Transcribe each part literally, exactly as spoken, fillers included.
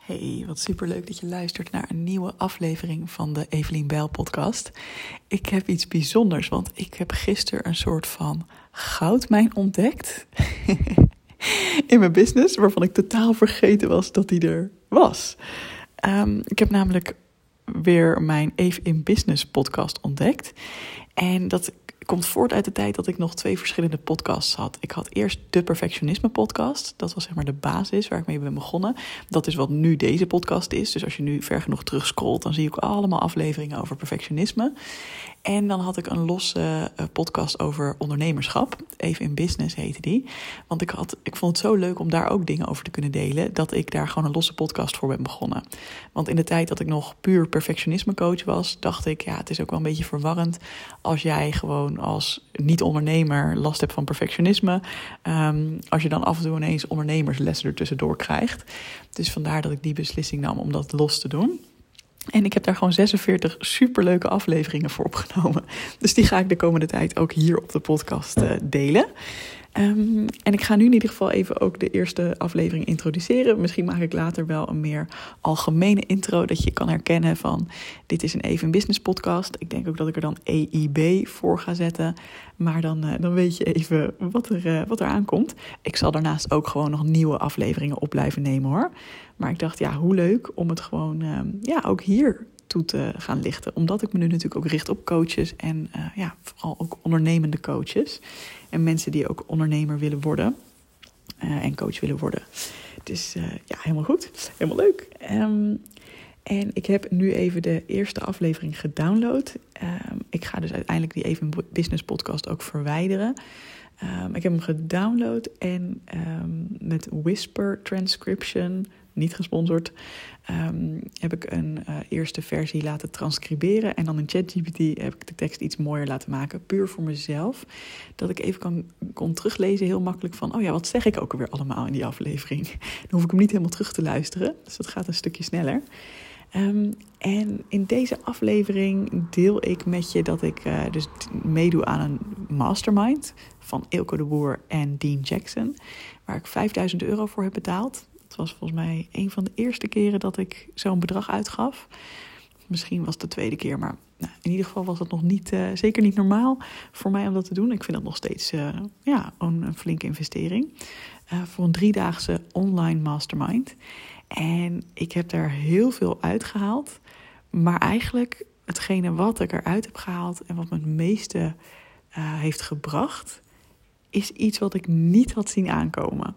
Hey, wat superleuk dat je luistert naar een nieuwe aflevering van de Evelien Bijl podcast. Ik heb iets bijzonders, want ik heb gisteren een soort van goudmijn ontdekt in mijn business, waarvan ik totaal vergeten was dat die er was. Um, ik heb namelijk weer mijn Eve in Business podcast ontdekt. En dat komt voort uit de tijd dat ik nog twee verschillende podcasts had. Ik had eerst de Perfectionisme podcast. Dat was zeg maar de basis waar ik mee ben begonnen. Dat is wat nu deze podcast is. Dus als je nu ver genoeg terugscrollt, dan zie je ook allemaal afleveringen over perfectionisme. En dan had ik een losse uh, podcast over ondernemerschap. Even in Business heette die. Want ik, had, ik vond het zo leuk om daar ook dingen over te kunnen delen, dat ik daar gewoon een losse podcast voor ben begonnen. Want in de tijd dat ik nog puur perfectionisme coach was, dacht ik, ja, het is ook wel een beetje verwarrend als jij gewoon als niet-ondernemer last hebt van perfectionisme. Um, als je dan af en toe ineens ondernemerslessen ertussendoor krijgt. Dus vandaar dat ik die beslissing nam om dat los te doen. En ik heb daar gewoon zesenveertig superleuke afleveringen voor opgenomen. Dus die ga ik de komende tijd ook hier op de podcast uh, delen. Um, en ik ga nu in ieder geval even ook de eerste aflevering introduceren. Misschien maak ik later wel een meer algemene intro, dat je kan herkennen van dit is een Eve in Business podcast. Ik denk ook dat ik er dan E I B voor ga zetten. Maar dan, uh, dan weet je even wat er, uh, wat er aankomt. Ik zal daarnaast ook gewoon nog nieuwe afleveringen op blijven nemen hoor. Maar ik dacht, ja, hoe leuk om het gewoon uh, ja, ook hier toe te gaan lichten. Omdat ik me nu natuurlijk ook richt op coaches en uh, ja, vooral ook ondernemende coaches. En mensen die ook ondernemer willen worden uh, en coach willen worden. Dus uh, ja, helemaal goed. Helemaal leuk. Um, en ik heb nu even de eerste aflevering gedownload. Um, ik ga dus uiteindelijk die Even Business podcast ook verwijderen. Um, ik heb hem gedownload en um, met Whisper Transcription, niet gesponsord, um, heb ik een uh, eerste versie laten transcriberen. En dan in ChatGPT heb ik de tekst iets mooier laten maken, puur voor mezelf. Dat ik even kan, kon teruglezen, heel makkelijk van, oh ja, wat zeg ik ook alweer allemaal in die aflevering? Dan hoef ik hem niet helemaal terug te luisteren, dus dat gaat een stukje sneller. Um, en in deze aflevering deel ik met je dat ik uh, dus meedoe aan een mastermind van Eelco de Boer en Dean Jackson, waar ik vijfduizend euro voor heb betaald. Het was volgens mij een van de eerste keren dat ik zo'n bedrag uitgaf. Misschien was het de tweede keer, maar nou, in ieder geval was het nog niet, uh, zeker niet normaal voor mij om dat te doen. Ik vind dat nog steeds uh, ja, een, een flinke investering uh, voor een driedaagse online mastermind. En ik heb daar heel veel uitgehaald. Maar eigenlijk hetgene wat ik eruit heb gehaald en wat me het meeste uh, heeft gebracht, is iets wat ik niet had zien aankomen.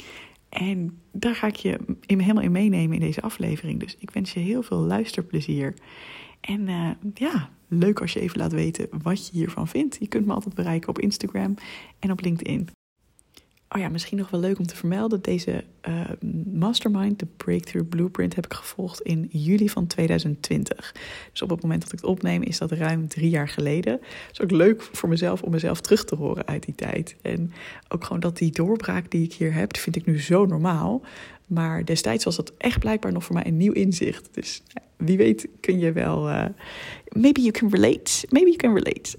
En daar ga ik je in, helemaal in meenemen in deze aflevering. Dus ik wens je heel veel luisterplezier. En uh, ja, leuk als je even laat weten wat je hiervan vindt. Je kunt me altijd bereiken op Instagram en op LinkedIn. Oh ja, misschien nog wel leuk om te vermelden. Deze uh, mastermind, de Breakthrough Blueprint, heb ik gevolgd in juli van tweeduizend twintig. Dus op het moment dat ik het opneem is dat ruim drie jaar geleden. Het is ook leuk voor mezelf om mezelf terug te horen uit die tijd. En ook gewoon dat die doorbraak die ik hier heb, vind ik nu zo normaal. Maar destijds was dat echt blijkbaar nog voor mij een nieuw inzicht. Dus wie weet kun je wel... Uh, maybe you can relate. Maybe you can relate.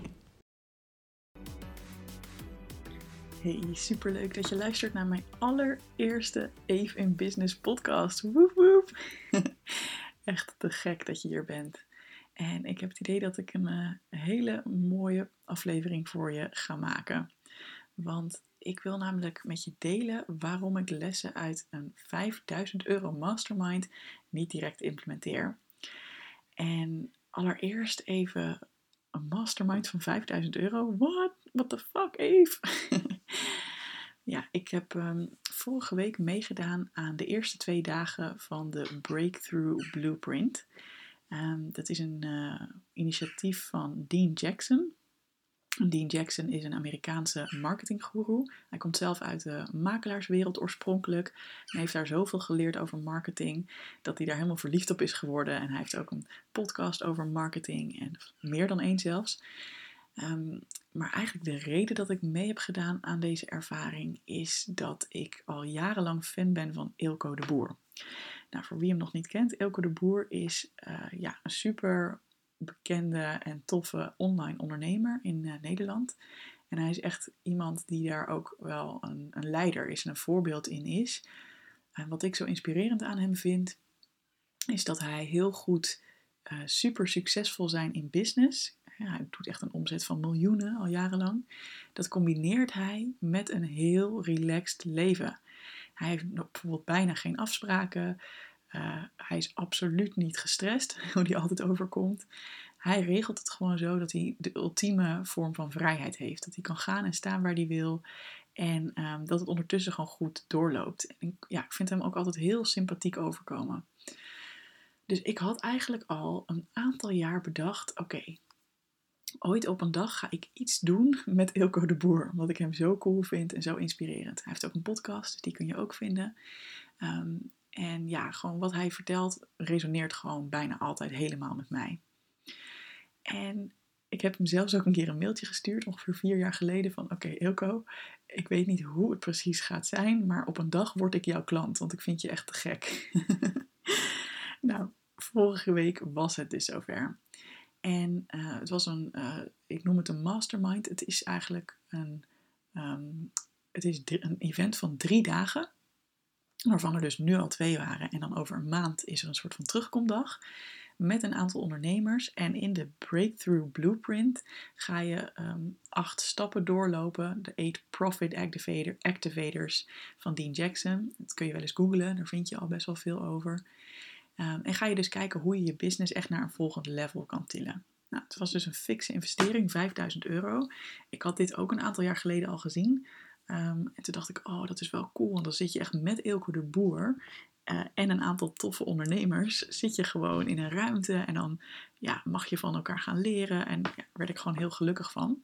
Hey, superleuk dat je luistert naar mijn allereerste Eve in Business podcast. Woep woep. Echt te gek dat je hier bent. En ik heb het idee dat ik een uh, hele mooie aflevering voor je ga maken. Want ik wil namelijk met je delen waarom ik lessen uit een vijfduizend euro mastermind niet direct implementeer. En allereerst even een mastermind van vijfduizend euro. What? What the fuck, Eve? Ja, ik heb um, vorige week meegedaan aan de eerste twee dagen van de Breakthrough Blueprint. Um, dat is een uh, initiatief van Dean Jackson. Dean Jackson is een Amerikaanse marketinggoeroe. Hij komt zelf uit de makelaarswereld oorspronkelijk. En heeft daar zoveel geleerd over marketing, dat hij daar helemaal verliefd op is geworden. En hij heeft ook een podcast over marketing en meer dan één zelfs. Um, maar eigenlijk de reden dat ik mee heb gedaan aan deze ervaring is dat ik al jarenlang fan ben van Eelco de Boer. Nou, voor wie hem nog niet kent, Eelco de Boer is uh, ja, een super bekende en toffe online ondernemer in uh, Nederland. En hij is echt iemand die daar ook wel een, een leider is en een voorbeeld in is. En wat ik zo inspirerend aan hem vind, is dat hij heel goed uh, super succesvol zijn in business. Ja, hij doet echt een omzet van miljoenen al jarenlang. Dat combineert hij met een heel relaxed leven. Hij heeft bijvoorbeeld bijna geen afspraken. Uh, hij is absoluut niet gestrest, hoe hij altijd overkomt. Hij regelt het gewoon zo dat hij de ultieme vorm van vrijheid heeft. Dat hij kan gaan en staan waar hij wil. En um, dat het ondertussen gewoon goed doorloopt. En ik, ja, ik vind hem ook altijd heel sympathiek overkomen. Dus ik had eigenlijk al een aantal jaar bedacht, oké, okay, ooit op een dag ga ik iets doen met Eelco de Boer. Omdat ik hem zo cool vind en zo inspirerend. Hij heeft ook een podcast, dus die kun je ook vinden. Um, en ja, gewoon wat hij vertelt resoneert gewoon bijna altijd helemaal met mij. En ik heb hem zelfs ook een keer een mailtje gestuurd, ongeveer vier jaar geleden, van oké okay, Eelco, ik weet niet hoe het precies gaat zijn, maar op een dag word ik jouw klant, want ik vind je echt te gek. Nou, vorige week was het dus zover. En uh, het was een, uh, ik noem het een mastermind. Het is eigenlijk een, um, het is een event van drie dagen. Waarvan er dus nu al twee waren. En dan over een maand is er een soort van terugkomdag. Met een aantal ondernemers. En in de Breakthrough Blueprint ga je um, acht stappen doorlopen. De Eight Profit Activator, Activators van Dean Jackson. Dat kun je wel eens googlen. Daar vind je al best wel veel over. Um, en ga je dus kijken hoe je je business echt naar een volgend level kan tillen. Nou, het was dus een fikse investering, vijfduizend euro. Ik had dit ook een aantal jaar geleden al gezien. Um, en toen dacht ik, oh, dat is wel cool. Want dan zit je echt met Eelco de Boer uh, en een aantal toffe ondernemers. Zit je gewoon in een ruimte en dan ja, mag je van elkaar gaan leren. En ja, daar werd ik gewoon heel gelukkig van.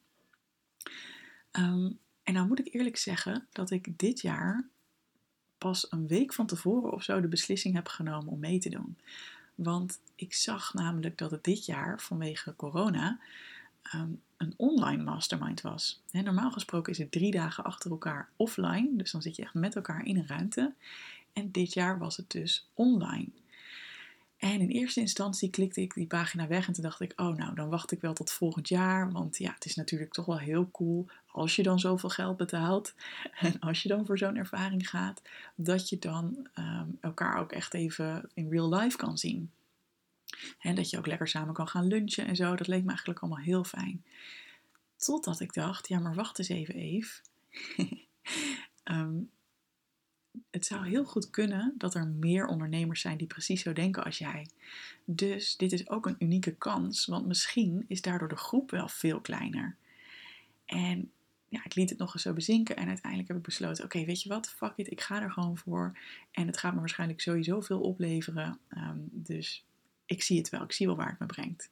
Um, en nou moet ik eerlijk zeggen dat ik dit jaar pas een week van tevoren of zo de beslissing heb genomen om mee te doen. Want ik zag namelijk dat het dit jaar vanwege corona um, een online mastermind was. He, normaal gesproken is het drie dagen achter elkaar offline. Dus dan zit je echt met elkaar in een ruimte. En dit jaar was het dus online. En in eerste instantie klikte ik die pagina weg en toen dacht ik, oh nou, dan wacht ik wel tot volgend jaar. Want ja, het is natuurlijk toch wel heel cool als je dan zoveel geld betaalt en als je dan voor zo'n ervaring gaat, dat je dan um, elkaar ook echt even in real life kan zien. En dat je ook lekker samen kan gaan lunchen en zo, dat leek me eigenlijk allemaal heel fijn. Totdat ik dacht, ja maar wacht eens even Eve. um, Het zou heel goed kunnen dat er meer ondernemers zijn die precies zo denken als jij. Dus dit is ook een unieke kans, want misschien is daardoor de groep wel veel kleiner. En ja, ik liet het nog eens zo bezinken en uiteindelijk heb ik besloten, oké, okay, weet je wat, fuck it, ik ga er gewoon voor. En het gaat me waarschijnlijk sowieso veel opleveren. Um, dus ik zie het wel, ik zie wel waar het me brengt.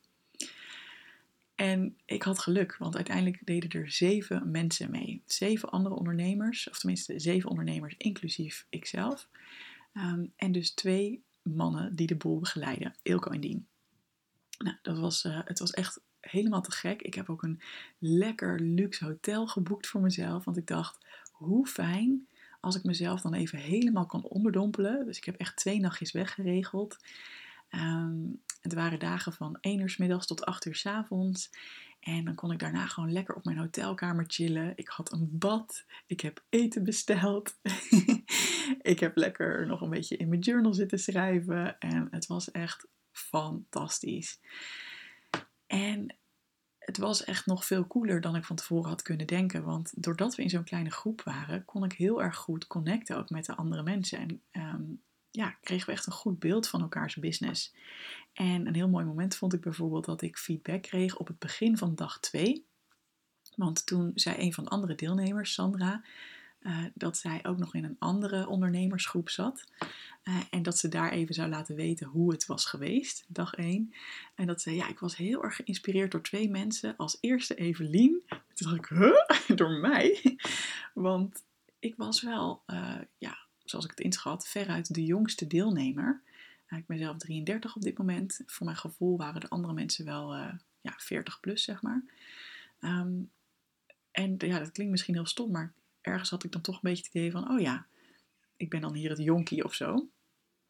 En ik had geluk, want uiteindelijk deden er zeven mensen mee. Zeven andere ondernemers, of tenminste zeven ondernemers inclusief ikzelf. Um, en dus twee mannen die de boel begeleiden, Eelco en Dien. Nou, dat was, uh, het was echt helemaal te gek. Ik heb ook een lekker luxe hotel geboekt voor mezelf, want ik dacht, hoe fijn als ik mezelf dan even helemaal kan onderdompelen. Dus ik heb echt twee nachtjes weggeregeld. Um, het waren dagen van één uur 's middags tot acht uur 's avonds. En dan kon ik daarna gewoon lekker op mijn hotelkamer chillen. Ik had een bad. Ik heb eten besteld. Ik heb lekker nog een beetje in mijn journal zitten schrijven. En het was echt fantastisch. En het was echt nog veel cooler dan ik van tevoren had kunnen denken. Want doordat we in zo'n kleine groep waren, kon ik heel erg goed connecten ook met de andere mensen. En um, ja, kregen we echt een goed beeld van elkaars business. En een heel mooi moment vond ik bijvoorbeeld dat ik feedback kreeg op het begin van dag twee. Want toen zei een van de andere deelnemers, Sandra, uh, dat zij ook nog in een andere ondernemersgroep zat. Uh, en dat ze daar even zou laten weten hoe het was geweest, dag één. En dat ze, ja, ik was heel erg geïnspireerd door twee mensen. Als eerste Evelien. Toen dacht ik, huh? Door mij? Want ik was wel, uh, ja, zoals ik het inschat, veruit de jongste deelnemer. Ik ben zelf drieëndertig op dit moment. Voor mijn gevoel waren de andere mensen wel uh, ja, veertig plus, zeg maar. Um, en ja, dat klinkt misschien heel stom, maar ergens had ik dan toch een beetje het idee van, oh ja, ik ben dan hier het jonkie of zo.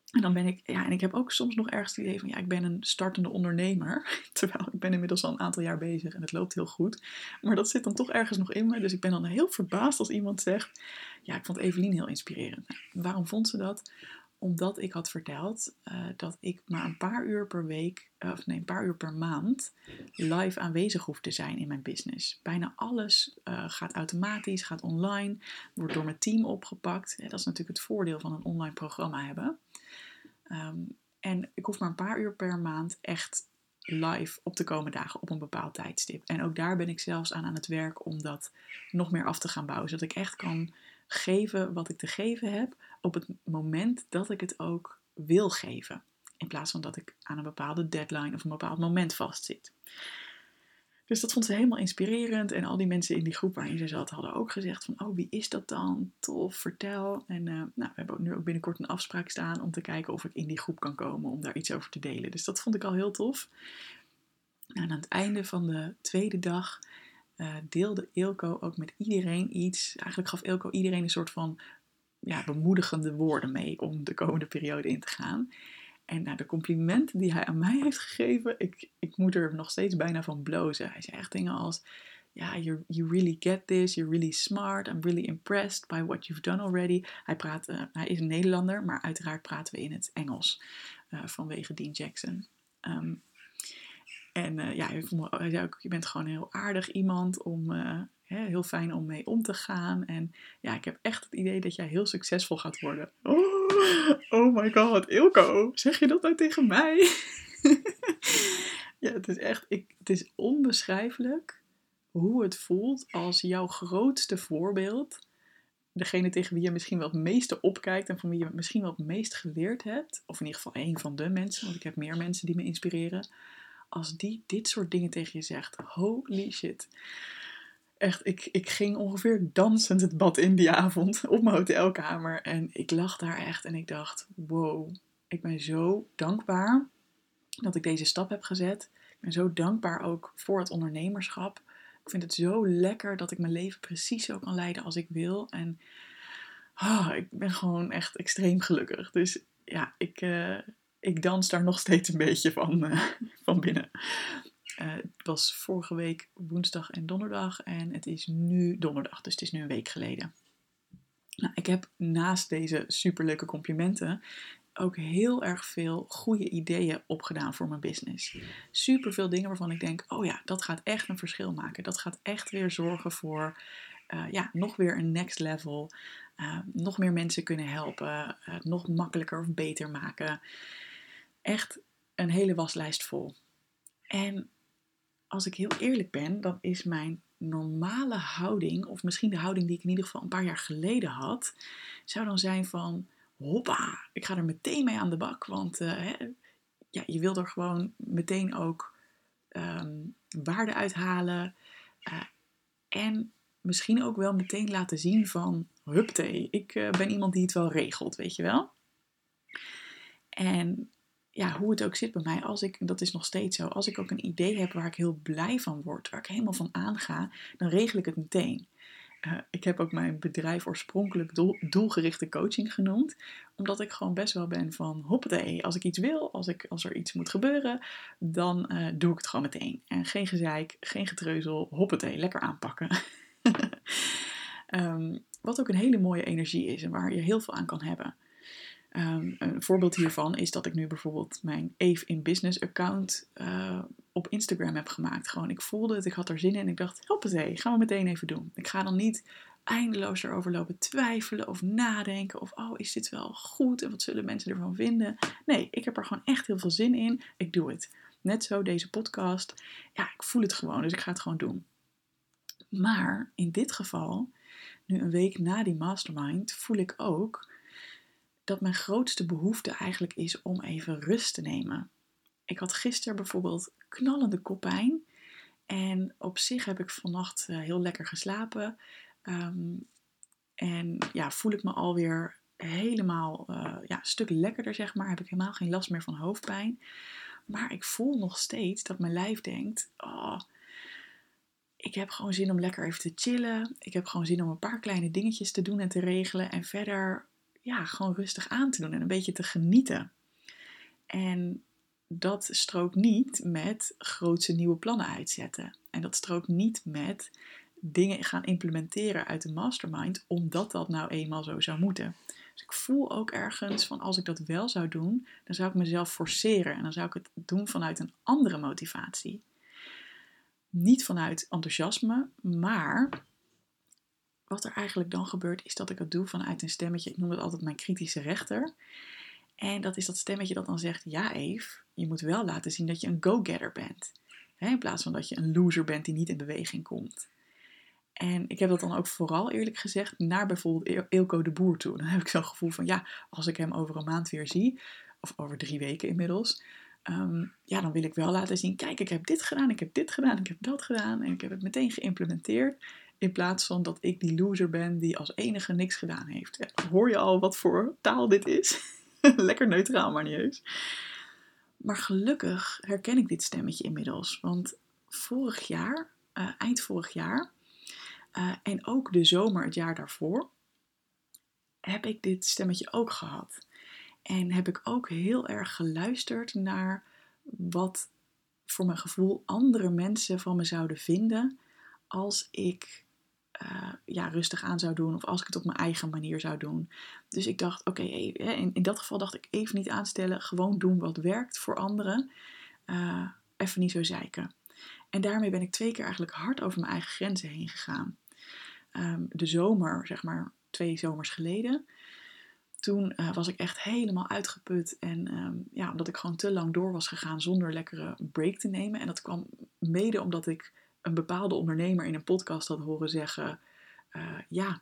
En dan ben ik, ja, en ik heb ook soms nog ergens het idee van, ja, ik ben een startende ondernemer. Terwijl ik ben inmiddels al een aantal jaar bezig en het loopt heel goed. Maar dat zit dan toch ergens nog in me. Dus ik ben dan heel verbaasd als iemand zegt, ja, ik vond Evelien heel inspirerend. Nou, waarom vond ze dat? Omdat ik had verteld uh, dat ik maar een paar uur per week, uh, of nee, een paar uur per maand live aanwezig hoef te zijn in mijn business. Bijna alles uh, gaat automatisch, gaat online, wordt door mijn team opgepakt. Ja, dat is natuurlijk het voordeel van een online programma hebben. Um, en ik hoef maar een paar uur per maand echt live op te komen dagen op een bepaald tijdstip. En ook daar ben ik zelfs aan aan het werk om dat nog meer af te gaan bouwen. Zodat ik echt kan geven wat ik te geven heb op het moment dat ik het ook wil geven. In plaats van dat ik aan een bepaalde deadline of een bepaald moment vastzit. Dus dat vond ze helemaal inspirerend. En al die mensen in die groep waarin ze zat hadden ook gezegd van, oh, wie is dat dan? Tof, vertel. En uh, nou, we hebben nu ook binnenkort een afspraak staan om te kijken of ik in die groep kan komen om daar iets over te delen. Dus dat vond ik al heel tof. Nou, en aan het einde van de tweede dag uh, deelde Eelco ook met iedereen iets. Eigenlijk gaf Eelco iedereen een soort van ja, bemoedigende woorden mee om de komende periode in te gaan. En nou, de complimenten die hij aan mij heeft gegeven, ik, ik moet er nog steeds bijna van blozen. Hij zei echt dingen als, ja, yeah, you, you really get this, you're really smart, I'm really impressed by what you've done already. Hij, praat, uh, hij is een Nederlander, maar uiteraard praten we in het Engels uh, vanwege Dean Jackson. Um, en uh, ja, hij, vond, hij zei ook, je bent gewoon een heel aardig iemand om... Uh, He, heel fijn om mee om te gaan. En ja, ik heb echt het idee dat jij heel succesvol gaat worden. Oh, oh my god, Eelco, zeg je dat nou tegen mij? Ja, het is echt, ik, het is onbeschrijfelijk hoe het voelt als jouw grootste voorbeeld, degene tegen wie je misschien wel het meeste opkijkt en van wie je misschien wel het meest geleerd hebt, of in ieder geval één van de mensen, want ik heb meer mensen die me inspireren, als die dit soort dingen tegen je zegt. Holy shit. Echt, ik, ik ging ongeveer dansend het bad in die avond op mijn hotelkamer. En ik lag daar echt en ik dacht, wow, ik ben zo dankbaar dat ik deze stap heb gezet. Ik ben zo dankbaar ook voor het ondernemerschap. Ik vind het zo lekker dat ik mijn leven precies zo kan leiden als ik wil. En oh, ik ben gewoon echt extreem gelukkig. Dus ja, ik, uh, ik dans daar nog steeds een beetje van, uh, van binnen. Uh, het was vorige week woensdag en donderdag en het is nu donderdag, dus het is nu een week geleden. Nou, ik heb naast deze superleuke complimenten ook heel erg veel goede ideeën opgedaan voor mijn business. Super veel dingen waarvan ik denk, oh ja, dat gaat echt een verschil maken. Dat gaat echt weer zorgen voor uh, ja, nog weer een next level. Uh, nog meer mensen kunnen helpen. Uh, nog makkelijker of beter maken. Echt een hele waslijst vol. En als ik heel eerlijk ben, dan is mijn normale houding, of misschien de houding die ik in ieder geval een paar jaar geleden had, zou dan zijn van, hoppa, ik ga er meteen mee aan de bak. Want uh, hè, ja, je wil er gewoon meteen ook um, waarde uithalen. Uh, en misschien ook wel meteen laten zien van, huptee, ik uh, ben iemand die het wel regelt, weet je wel. En ja, hoe het ook zit bij mij, als ik, dat is nog steeds zo, als ik ook een idee heb waar ik heel blij van word, waar ik helemaal van aanga, dan regel ik het meteen. Uh, ik heb ook mijn bedrijf oorspronkelijk doel, doelgerichte coaching genoemd, omdat ik gewoon best wel ben van, hoppatee, als ik iets wil, als, ik, als er iets moet gebeuren, dan uh, doe ik het gewoon meteen. En geen gezeik, geen getreuzel, hoppatee, lekker aanpakken. um, wat ook een hele mooie energie is en waar je heel veel aan kan hebben. Um, een voorbeeld hiervan is dat ik nu bijvoorbeeld mijn Eve in Business account uh, op Instagram heb gemaakt. Gewoon, ik voelde het, ik had er zin in en ik dacht, hoppatee, gaan we meteen even doen. Ik ga dan niet eindeloos erover lopen twijfelen of nadenken of, oh, is dit wel goed en wat zullen mensen ervan vinden? Nee, ik heb er gewoon echt heel veel zin in. Ik doe het. Net zo deze podcast. Ja, ik voel het gewoon, dus ik ga het gewoon doen. Maar in dit geval, nu een week na die mastermind, voel ik ook dat mijn grootste behoefte eigenlijk is om even rust te nemen. Ik had gisteren bijvoorbeeld knallende koppijn. En op zich heb ik vannacht uh, heel lekker geslapen. Um, en ja, voel ik me alweer helemaal uh, ja, een stuk lekkerder, zeg maar. Heb ik helemaal geen last meer van hoofdpijn. Maar ik voel nog steeds dat mijn lijf denkt, oh, ik heb gewoon zin om lekker even te chillen. Ik heb gewoon zin om een paar kleine dingetjes te doen en te regelen. En verder ja, gewoon rustig aan te doen en een beetje te genieten. En dat strookt niet met grootse nieuwe plannen uitzetten. En dat strookt niet met dingen gaan implementeren uit de mastermind, omdat dat nou eenmaal zo zou moeten. Dus ik voel ook ergens van, als ik dat wel zou doen, dan zou ik mezelf forceren. En dan zou ik het doen vanuit een andere motivatie. Niet vanuit enthousiasme, maar wat er eigenlijk dan gebeurt, is dat ik het doe vanuit een stemmetje. Ik noem het altijd mijn kritische rechter. En dat is dat stemmetje dat dan zegt, ja Eve, je moet wel laten zien dat je een go-getter bent. Hè, in plaats van dat je een loser bent die niet in beweging komt. En ik heb dat dan ook vooral eerlijk gezegd naar bijvoorbeeld Eelco de Boer toe. Dan heb ik zo'n gevoel van, ja, als ik hem over een maand weer zie, of over drie weken inmiddels, um, ja, dan wil ik wel laten zien, kijk, ik heb dit gedaan, ik heb dit gedaan, ik heb dat gedaan en ik heb het meteen geïmplementeerd. In plaats van dat ik die loser ben die als enige niks gedaan heeft. Ja, hoor je al wat voor taal dit is? Lekker neutraal, maar niet eens. Maar gelukkig herken ik dit stemmetje inmiddels. Want vorig jaar, uh, eind vorig jaar, uh, en ook de zomer het jaar daarvoor, heb ik dit stemmetje ook gehad. En heb ik ook heel erg geluisterd naar wat voor mijn gevoel andere mensen van me zouden vinden als ik uh, ja, rustig aan zou doen of als ik het op mijn eigen manier zou doen. Dus ik dacht, oké, okay, in, in dat geval dacht ik even niet aanstellen, gewoon doen wat werkt voor anderen. Uh, even niet zo zeiken. En daarmee ben ik twee keer eigenlijk hard over mijn eigen grenzen heen gegaan. Um, de zomer, zeg maar twee zomers geleden, toen uh, was ik echt helemaal uitgeput. En um, ja, omdat ik gewoon te lang door was gegaan zonder lekkere break te nemen. En dat kwam mede omdat ik een bepaalde ondernemer in een podcast had horen zeggen, uh, ja,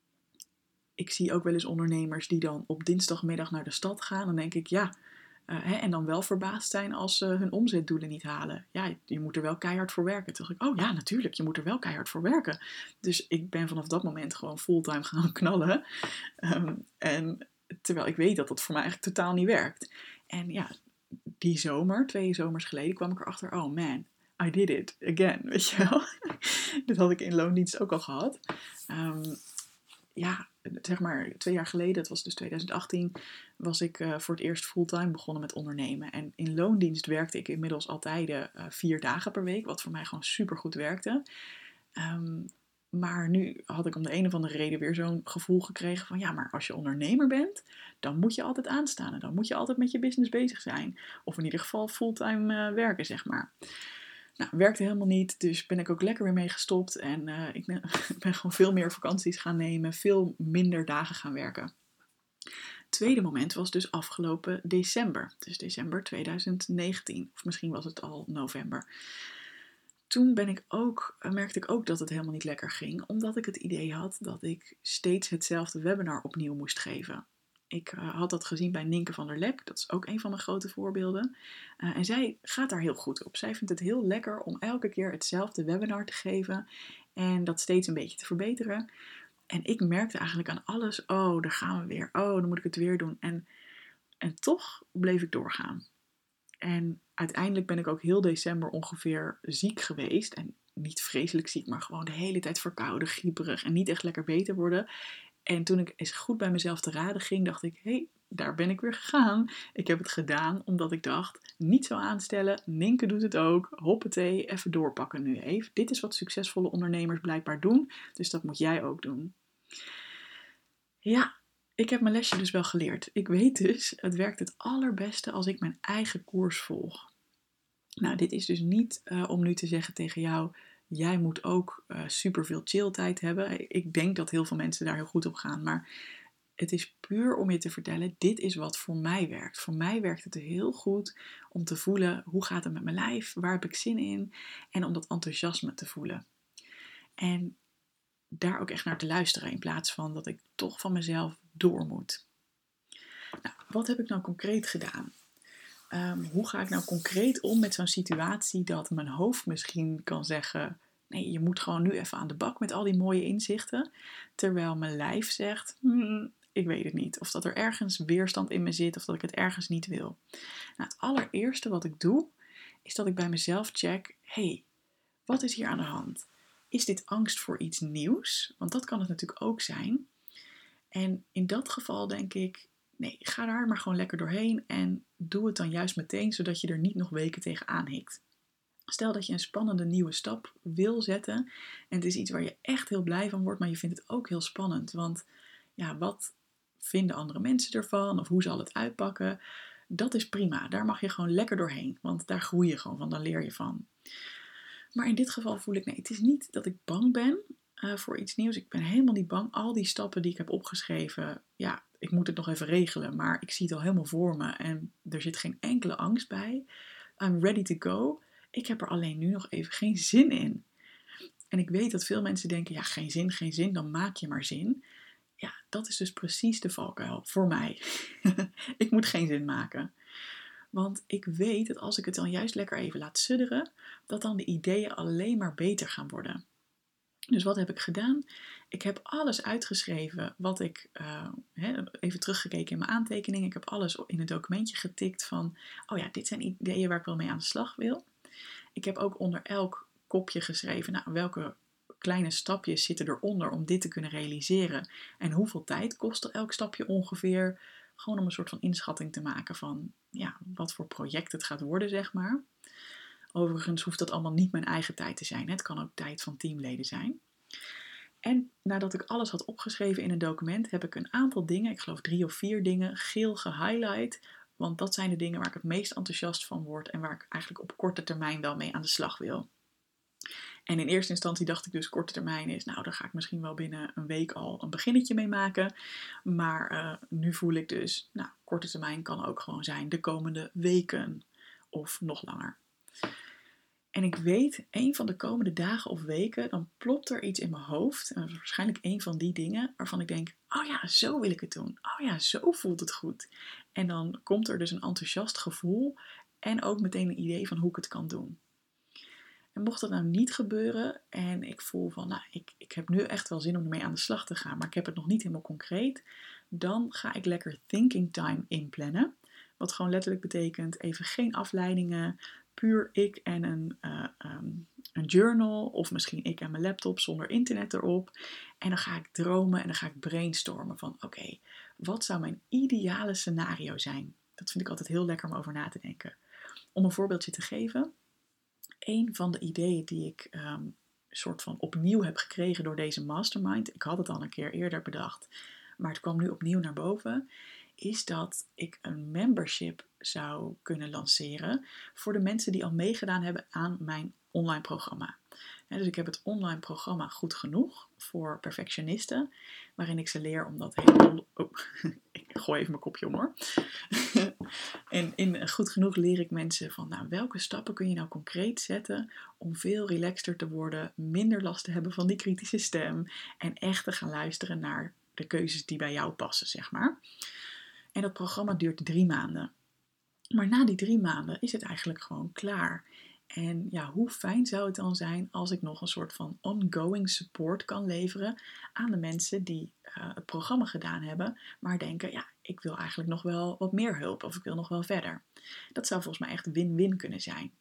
ik zie ook wel eens ondernemers die dan op dinsdagmiddag naar de stad gaan. Dan denk ik, ja, uh, hè, en dan wel verbaasd zijn als ze uh, hun omzetdoelen niet halen. Ja, je moet er wel keihard voor werken. Toen dacht ik, oh ja, natuurlijk, je moet er wel keihard voor werken. Dus ik ben vanaf dat moment gewoon fulltime gaan knallen. Um, en terwijl ik weet dat dat voor mij eigenlijk totaal niet werkt. En ja, die zomer, twee zomers geleden, kwam ik erachter, oh man, I did it again, weet je wel. Dit had ik in loondienst ook al gehad. Um, ja, zeg maar twee jaar geleden, dat was dus twintig achttien, was ik uh, voor het eerst fulltime begonnen met ondernemen. En in loondienst werkte ik inmiddels altijd uh, vier dagen per week, wat voor mij gewoon super goed werkte. Um, maar nu had ik om de een of andere reden weer zo'n gevoel gekregen van, ja, maar als je ondernemer bent, dan moet je altijd aanstaan. En dan moet je altijd met je business bezig zijn. Of in ieder geval fulltime uh, werken, zeg maar. Nou, werkte helemaal niet, dus ben ik ook lekker weer mee gestopt. En uh, ik ben, ben gewoon veel meer vakanties gaan nemen, veel minder dagen gaan werken. Tweede moment was dus afgelopen december. Dus december twintig negentien, of misschien was het al november. Toen ben ik ook, merkte ik ook dat het helemaal niet lekker ging, omdat ik het idee had dat ik steeds hetzelfde webinar opnieuw moest geven. Ik uh, had dat gezien bij Nienke van der Lek, dat is ook een van mijn grote voorbeelden. Uh, en zij gaat daar heel goed op. Zij vindt het heel lekker om elke keer hetzelfde webinar te geven en dat steeds een beetje te verbeteren. En ik merkte eigenlijk aan alles, oh, daar gaan we weer, oh, dan moet ik het weer doen. En, en toch bleef ik doorgaan. En uiteindelijk ben ik ook heel december ongeveer ziek geweest. En niet vreselijk ziek, maar gewoon de hele tijd verkouden, grieperig en niet echt lekker beter worden. En toen ik eens goed bij mezelf te raden ging, dacht ik, hé, hey, daar ben ik weer gegaan. Ik heb het gedaan omdat ik dacht, niet zo aanstellen, Nienke doet het ook, hoppatee, even doorpakken nu even. Dit is wat succesvolle ondernemers blijkbaar doen, dus dat moet jij ook doen. Ja, ik heb mijn lesje dus wel geleerd. Ik weet dus, het werkt het allerbeste als ik mijn eigen koers volg. Nou, dit is dus niet uh, om nu te zeggen tegen jou, jij moet ook uh, superveel chilltijd hebben. Ik denk dat heel veel mensen daar heel goed op gaan, maar het is puur om je te vertellen, dit is wat voor mij werkt. Voor mij werkt het heel goed om te voelen, hoe gaat het met mijn lijf, waar heb ik zin in en om dat enthousiasme te voelen. En daar ook echt naar te luisteren in plaats van dat ik toch van mezelf door moet. Nou, wat heb ik nou concreet gedaan? Um, hoe ga ik nou concreet om met zo'n situatie dat mijn hoofd misschien kan zeggen, nee, je moet gewoon nu even aan de bak met al die mooie inzichten. Terwijl mijn lijf zegt, hmm, ik weet het niet. Of dat er ergens weerstand in me zit of dat ik het ergens niet wil. Nou, het allereerste wat ik doe, is dat ik bij mezelf check, hé, hey, wat is hier aan de hand? Is dit angst voor iets nieuws? Want dat kan het natuurlijk ook zijn. En in dat geval denk ik, nee, ga daar maar gewoon lekker doorheen en doe het dan juist meteen, zodat je er niet nog weken tegenaan hikt. Stel dat je een spannende nieuwe stap wil zetten en het is iets waar je echt heel blij van wordt, maar je vindt het ook heel spannend. Want ja, wat vinden andere mensen ervan of hoe zal het uitpakken? Dat is prima, daar mag je gewoon lekker doorheen, want daar groei je gewoon van, daar leer je van. Maar in dit geval voel ik, nee, het is niet dat ik bang ben uh, voor iets nieuws. Ik ben helemaal niet bang. Al die stappen die ik heb opgeschreven, ja, ik moet het nog even regelen, maar ik zie het al helemaal voor me en er zit geen enkele angst bij. I'm ready to go. Ik heb er alleen nu nog even geen zin in. En ik weet dat veel mensen denken, ja, geen zin, geen zin, dan maak je maar zin. Ja, dat is dus precies de valkuil voor mij. Ik moet geen zin maken. Want ik weet dat als ik het dan juist lekker even laat sudderen, dat dan de ideeën alleen maar beter gaan worden. Dus wat heb ik gedaan? Ik heb alles uitgeschreven wat ik, uh, even teruggekeken in mijn aantekeningen. Ik heb alles in een documentje getikt van, oh ja, dit zijn ideeën waar ik wel mee aan de slag wil. Ik heb ook onder elk kopje geschreven, nou, welke kleine stapjes zitten eronder om dit te kunnen realiseren. En hoeveel tijd kost elk stapje ongeveer? Gewoon om een soort van inschatting te maken van, ja, wat voor project het gaat worden, zeg maar. Overigens hoeft dat allemaal niet mijn eigen tijd te zijn. Het kan ook tijd van teamleden zijn. En nadat ik alles had opgeschreven in een document, heb ik een aantal dingen, ik geloof drie of vier dingen, geel gehighlight. Want dat zijn de dingen waar ik het meest enthousiast van word en waar ik eigenlijk op korte termijn wel mee aan de slag wil. En in eerste instantie dacht ik dus korte termijn is, nou daar ga ik misschien wel binnen een week al een beginnetje mee maken. Maar uh, nu voel ik dus, nou korte termijn kan ook gewoon zijn de komende weken of nog langer. En ik weet, een van de komende dagen of weken, dan plopt er iets in mijn hoofd. En dat is waarschijnlijk een van die dingen waarvan ik denk, oh ja, zo wil ik het doen. Oh ja, zo voelt het goed. En dan komt er dus een enthousiast gevoel en ook meteen een idee van hoe ik het kan doen. En mocht dat nou niet gebeuren en ik voel van, nou, ik, ik heb nu echt wel zin om ermee aan de slag te gaan, maar ik heb het nog niet helemaal concreet, dan ga ik lekker thinking time inplannen. Wat gewoon letterlijk betekent even geen afleidingen, puur ik en een, uh, um, een journal of misschien ik en mijn laptop zonder internet erop. En dan ga ik dromen en dan ga ik brainstormen van oké, okay, wat zou mijn ideale scenario zijn? Dat vind ik altijd heel lekker om over na te denken. Om een voorbeeldje te geven, een van de ideeën die ik um, soort van opnieuw heb gekregen door deze mastermind, ik had het al een keer eerder bedacht, maar het kwam nu opnieuw naar boven, is dat ik een membership zou kunnen lanceren voor de mensen die al meegedaan hebben aan mijn online programma. Ja, dus ik heb het online programma Goed Genoeg voor perfectionisten, waarin ik ze leer om dat helemaal... Oh, ik gooi even mijn kopje om hoor. En in Goed Genoeg leer ik mensen van, nou, welke stappen kun je nou concreet zetten om veel relaxter te worden, minder last te hebben van die kritische stem en echt te gaan luisteren naar de keuzes die bij jou passen, zeg maar. En dat programma duurt drie maanden. Maar na die drie maanden is het eigenlijk gewoon klaar. En ja, hoe fijn zou het dan zijn als ik nog een soort van ongoing support kan leveren aan de mensen die uh, het programma gedaan hebben, maar denken, ja, ik wil eigenlijk nog wel wat meer hulp of ik wil nog wel verder. Dat zou volgens mij echt win-win kunnen zijn.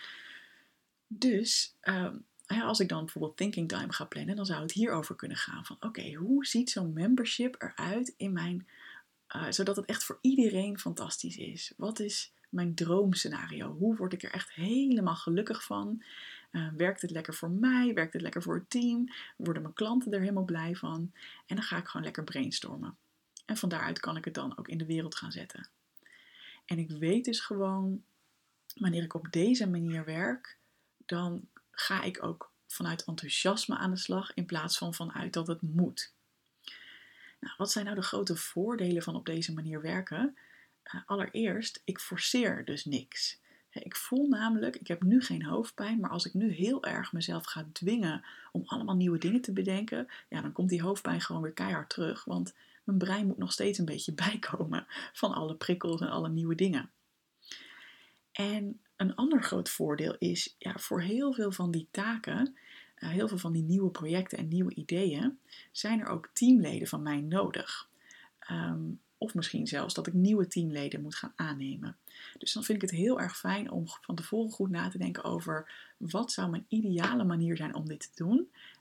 Dus uh, ja, als ik dan bijvoorbeeld thinking time ga plannen, dan zou het hierover kunnen gaan van oké, okay, hoe ziet zo'n membership eruit in mijn, uh, zodat het echt voor iedereen fantastisch is. Wat is mijn droomscenario? Hoe word ik er echt helemaal gelukkig van? Uh, werkt het lekker voor mij? Werkt het lekker voor het team? Worden mijn klanten er helemaal blij van? En dan ga ik gewoon lekker brainstormen. En van daaruit kan ik het dan ook in de wereld gaan zetten. En ik weet dus gewoon, wanneer ik op deze manier werk, dan ga ik ook vanuit enthousiasme aan de slag in plaats van vanuit dat het moet. Nou, wat zijn nou de grote voordelen van op deze manier werken? Uh, allereerst, ik forceer dus niks. Ik voel namelijk, ik heb nu geen hoofdpijn, maar als ik nu heel erg mezelf ga dwingen om allemaal nieuwe dingen te bedenken, ja, dan komt die hoofdpijn gewoon weer keihard terug, want mijn brein moet nog steeds een beetje bijkomen van alle prikkels en alle nieuwe dingen. En een ander groot voordeel is, ja, voor heel veel van die taken, uh, heel veel van die nieuwe projecten en nieuwe ideeën, zijn er ook teamleden van mij nodig. Um, Of misschien zelfs dat ik nieuwe teamleden moet gaan aannemen. Dus dan vind ik het heel erg fijn om van tevoren goed na te denken over wat zou mijn ideale manier zijn om dit te doen.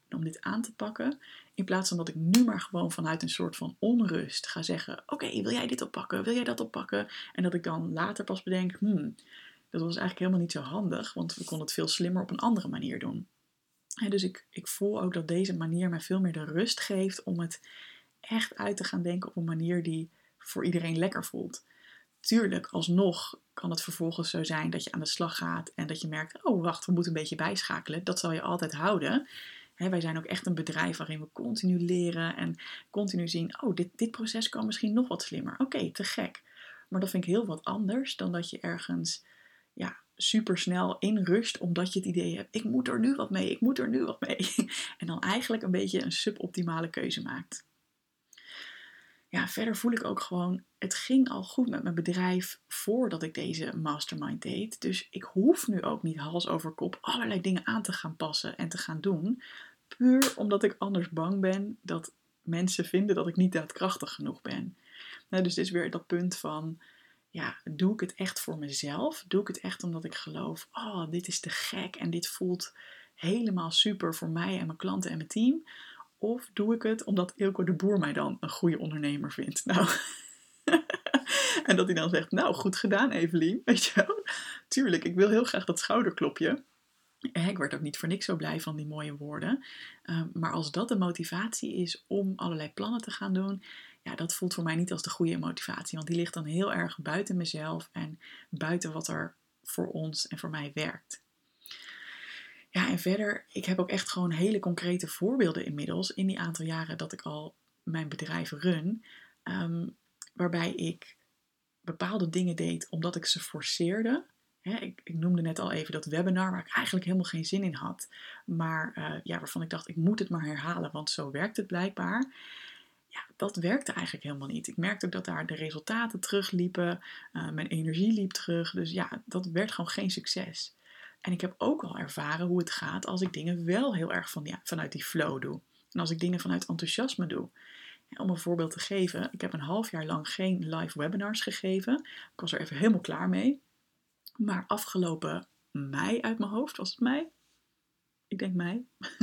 En om dit aan te pakken, in plaats van dat ik nu maar gewoon vanuit een soort van onrust ga zeggen, oké, okay, wil jij dit oppakken, wil jij dat oppakken? En dat ik dan later pas bedenk, hmm, dat was eigenlijk helemaal niet zo handig, want we konden het veel slimmer op een andere manier doen. En dus ik, ik voel ook dat deze manier mij veel meer de rust geeft om het echt uit te gaan denken op een manier die voor iedereen lekker voelt. Tuurlijk, alsnog kan het vervolgens zo zijn dat je aan de slag gaat en dat je merkt, oh wacht, we moeten een beetje bijschakelen. Dat zal je altijd houden. He, wij zijn ook echt een bedrijf waarin we continu leren en continu zien, oh dit, dit proces kan misschien nog wat slimmer. Oké, okay, te gek. Maar dat vind ik heel wat anders dan dat je ergens ja, supersnel inrust omdat je het idee hebt, ik moet er nu wat mee, ik moet er nu wat mee. En dan eigenlijk een beetje een suboptimale keuze maakt. Ja, verder voel ik ook gewoon, het ging al goed met mijn bedrijf voordat ik deze mastermind deed. Dus ik hoef nu ook niet hals over kop allerlei dingen aan te gaan passen en te gaan doen. Puur omdat ik anders bang ben dat mensen vinden dat ik niet daadkrachtig genoeg ben. Nou, dus dit is weer dat punt van, ja, doe ik het echt voor mezelf? Doe ik het echt omdat ik geloof, oh, dit is te gek en dit voelt helemaal super voor mij en mijn klanten en mijn team? Of doe ik het omdat Eelco de Boer mij dan een goede ondernemer vindt? Nou, en dat hij dan zegt, nou, goed gedaan Evelien, weet je wel? Tuurlijk, ik wil heel graag dat schouderklopje. Ik werd ook niet voor niks zo blij van die mooie woorden. Maar als dat de motivatie is om allerlei plannen te gaan doen, ja, dat voelt voor mij niet als de goede motivatie. Want die ligt dan heel erg buiten mezelf en buiten wat er voor ons en voor mij werkt. Ja, en verder, ik heb ook echt gewoon hele concrete voorbeelden inmiddels in die aantal jaren dat ik al mijn bedrijf run, um, waarbij ik bepaalde dingen deed omdat ik ze forceerde. He, ik, ik noemde net al even dat webinar waar ik eigenlijk helemaal geen zin in had, maar uh, ja, waarvan ik dacht, ik moet het maar herhalen, want zo werkt het blijkbaar. Ja, dat werkte eigenlijk helemaal niet. Ik merkte ook dat daar de resultaten terugliepen, uh, mijn energie liep terug, dus ja, dat werd gewoon geen succes. En ik heb ook al ervaren hoe het gaat als ik dingen wel heel erg van, ja, vanuit die flow doe. En als ik dingen vanuit enthousiasme doe. Ja, om een voorbeeld te geven, ik heb een half jaar lang geen live webinars gegeven. Ik was er even helemaal klaar mee. Maar afgelopen mei uit mijn hoofd, was het mei? Ik denk mei.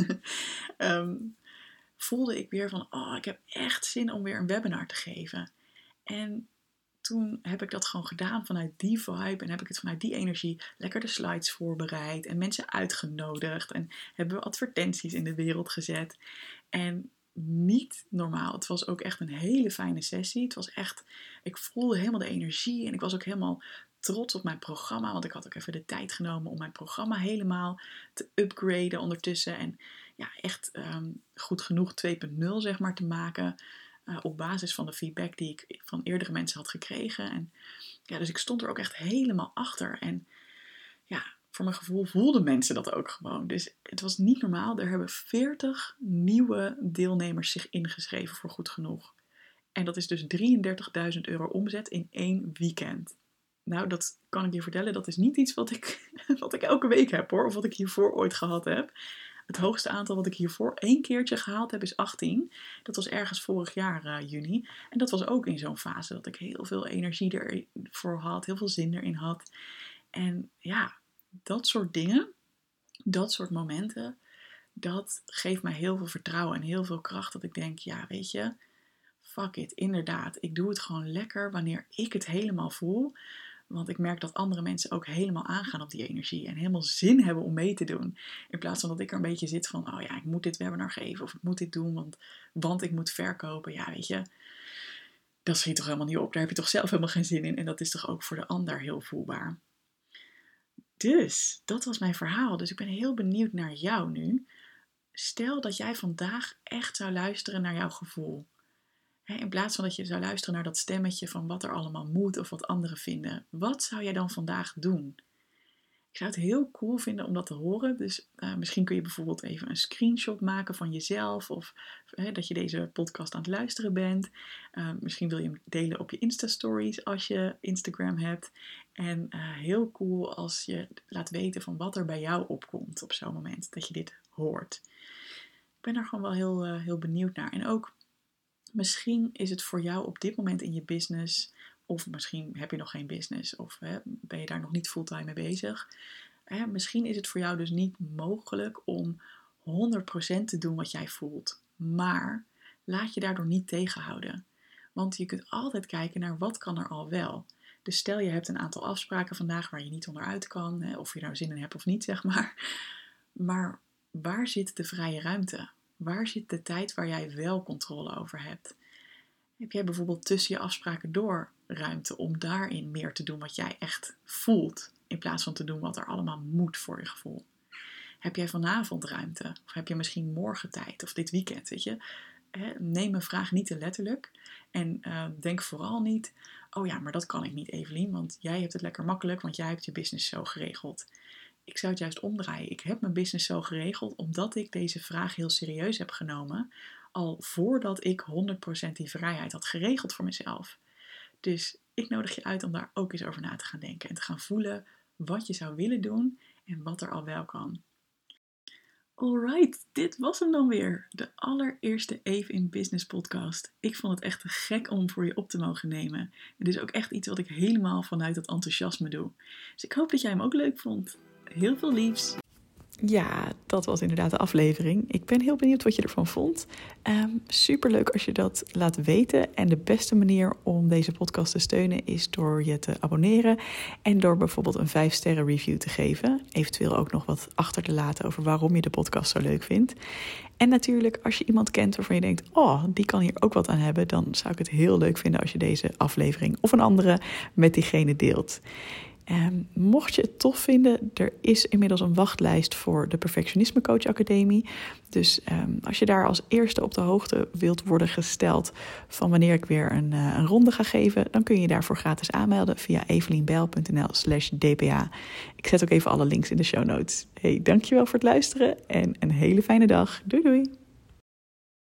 um, voelde ik weer van, oh, ik heb echt zin om weer een webinar te geven. En toen heb ik dat gewoon gedaan vanuit die vibe en heb ik het vanuit die energie lekker de slides voorbereid en mensen uitgenodigd en hebben we advertenties in de wereld gezet. En niet normaal. Het was ook echt een hele fijne sessie. Het was echt, ik voelde helemaal de energie en ik was ook helemaal trots op mijn programma, want ik had ook even de tijd genomen om mijn programma helemaal te upgraden ondertussen en ja, echt um, goed genoeg twee punt nul zeg maar te maken. Uh, op basis van de feedback die ik van eerdere mensen had gekregen. En ja, dus ik stond er ook echt helemaal achter. En ja, voor mijn gevoel voelden mensen dat ook gewoon. Dus het was niet normaal. Er hebben veertig nieuwe deelnemers zich ingeschreven voor Goed Genoeg. En dat is dus drieëndertigduizend euro omzet in één weekend. Nou, dat kan ik je vertellen. Dat is niet iets wat ik, wat ik elke week heb hoor. Of wat ik hiervoor ooit gehad heb. Het hoogste aantal wat ik hiervoor één keertje gehaald heb is achttien. Dat was ergens vorig jaar uh, juni. En dat was ook in zo'n fase dat ik heel veel energie ervoor had. Heel veel zin erin had. En ja, dat soort dingen. Dat soort momenten. Dat geeft mij heel veel vertrouwen en heel veel kracht. Dat ik denk, ja weet je, fuck it, inderdaad. Ik doe het gewoon lekker wanneer ik het helemaal voel. Want ik merk dat andere mensen ook helemaal aangaan op die energie. En helemaal zin hebben om mee te doen. In plaats van dat ik er een beetje zit van, oh ja, ik moet dit webinar geven. Of ik moet dit doen, want, want ik moet verkopen. Ja, weet je, dat schiet toch helemaal niet op. Daar heb je toch zelf helemaal geen zin in. En dat is toch ook voor de ander heel voelbaar. Dus, dat was mijn verhaal. Dus ik ben heel benieuwd naar jou nu. Stel dat jij vandaag echt zou luisteren naar jouw gevoel. In plaats van dat je zou luisteren naar dat stemmetje van wat er allemaal moet of wat anderen vinden. Wat zou jij dan vandaag doen? Ik zou het heel cool vinden om dat te horen. Dus uh, misschien kun je bijvoorbeeld even een screenshot maken van jezelf. Of uh, dat je deze podcast aan het luisteren bent. Uh, misschien wil je hem delen op je Insta-stories als je Instagram hebt. En uh, heel cool als je laat weten van wat er bij jou opkomt op zo'n moment dat je dit hoort. Ik ben daar gewoon wel heel, uh, heel benieuwd naar. En ook misschien is het voor jou op dit moment in je business, of misschien heb je nog geen business, of hè, ben je daar nog niet fulltime mee bezig. Hè, misschien is het voor jou dus niet mogelijk om honderd procent te doen wat jij voelt. Maar laat je daardoor niet tegenhouden. Want je kunt altijd kijken naar wat kan er al wel. Dus stel je hebt een aantal afspraken vandaag waar je niet onderuit kan. Hè, of je daar zin in hebt of niet, zeg maar. Maar waar zit de vrije ruimte? Waar zit de tijd waar jij wel controle over hebt? Heb jij bijvoorbeeld tussen je afspraken door ruimte om daarin meer te doen wat jij echt voelt, in plaats van te doen wat er allemaal moet voor je gevoel? Heb jij vanavond ruimte? Of heb je misschien morgen tijd? Of dit weekend, weet je? Neem mijn vraag niet te letterlijk. En uh, denk vooral niet, oh ja, maar dat kan ik niet, Evelien, want jij hebt het lekker makkelijk, want jij hebt je business zo geregeld. Ik zou het juist omdraaien. Ik heb mijn business zo geregeld omdat ik deze vraag heel serieus heb genomen, al voordat ik honderd procent die vrijheid had geregeld voor mezelf. Dus ik nodig je uit om daar ook eens over na te gaan denken en te gaan voelen wat je zou willen doen en wat er al wel kan. Alright, dit was hem dan weer. De allereerste Eve in Business podcast. Ik vond het echt te gek om voor je op te mogen nemen. Het is ook echt iets wat ik helemaal vanuit het enthousiasme doe. Dus ik hoop dat jij hem ook leuk vond. Heel veel liefs. Ja, dat was inderdaad de aflevering. Ik ben heel benieuwd wat je ervan vond. Um, superleuk als je dat laat weten. En de beste manier om deze podcast te steunen is door je te abonneren. En door bijvoorbeeld een vijf sterren review te geven. Eventueel ook nog wat achter te laten over waarom je de podcast zo leuk vindt. En natuurlijk, als je iemand kent waarvan je denkt, oh, die kan hier ook wat aan hebben, dan zou ik het heel leuk vinden als je deze aflevering of een andere met diegene deelt. Um, mocht je het tof vinden, er is inmiddels een wachtlijst voor de Perfectionisme Coach Academie. Dus um, als je daar als eerste op de hoogte wilt worden gesteld van wanneer ik weer een, uh, een ronde ga geven, dan kun je je daarvoor gratis aanmelden via evelienbijl.nl slash dpa. Ik zet ook even alle links in de show notes. Hey, dankjewel voor het luisteren en een hele fijne dag. Doei doei!